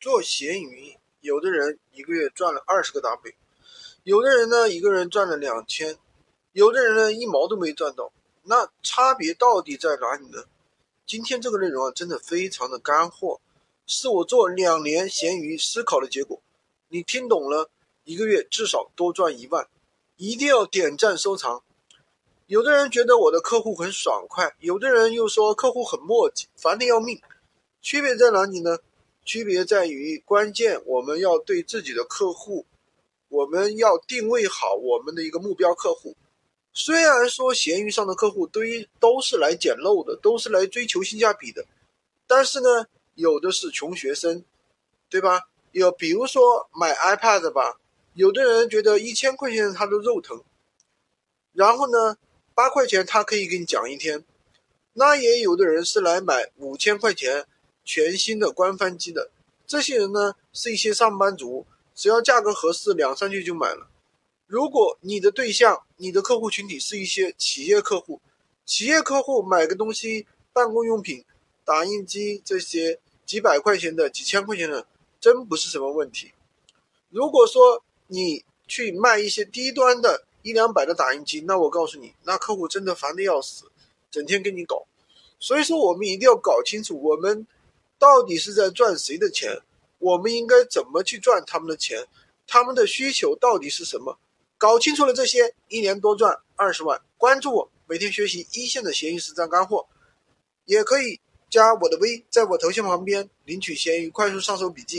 做闲鱼，有的人一个月赚了20个 W， 有的人呢一个人赚了2000，有的人呢1毛都没赚到。那差别到底在哪里呢？今天这个内容真的非常的干货，是我做2年闲鱼思考的结果。你听懂了，一个月至少多赚1万，一定要点赞收藏。有的人觉得我的客户很爽快，有的人又说客户很磨叽，烦得要命。区别在哪里呢？区别在于关键我们要对自己的客户，我们要定位好我们的一个目标客户。虽然说闲鱼上的客户都是来捡漏的，都是来追求性价比的，但是呢，有的是穷学生，对吧？比如说买 iPad 吧，有的人觉得1000块钱他都肉疼，然后呢8块钱他可以给你讲一天。那也有的人是来买5000块钱全新的官方机的，这些人呢是一些上班族，只要价格合适2-3句就买了。如果你的对象，你的客户群体是一些企业客户，企业客户买个东西，办公用品、打印机这些几百块钱的、几千块钱的，真不是什么问题。如果说你去卖一些低端的100-200的打印机，那我告诉你，那客户真的烦得要死，整天跟你搞。所以说我们一定要搞清楚，我们到底是在赚谁的钱，我们应该怎么去赚他们的钱，他们的需求到底是什么。搞清楚了这些，1年多赚20万。关注我，每天学习一线的闲鱼实战干货，也可以加我的微，在我头像旁边领取闲鱼快速上手笔记。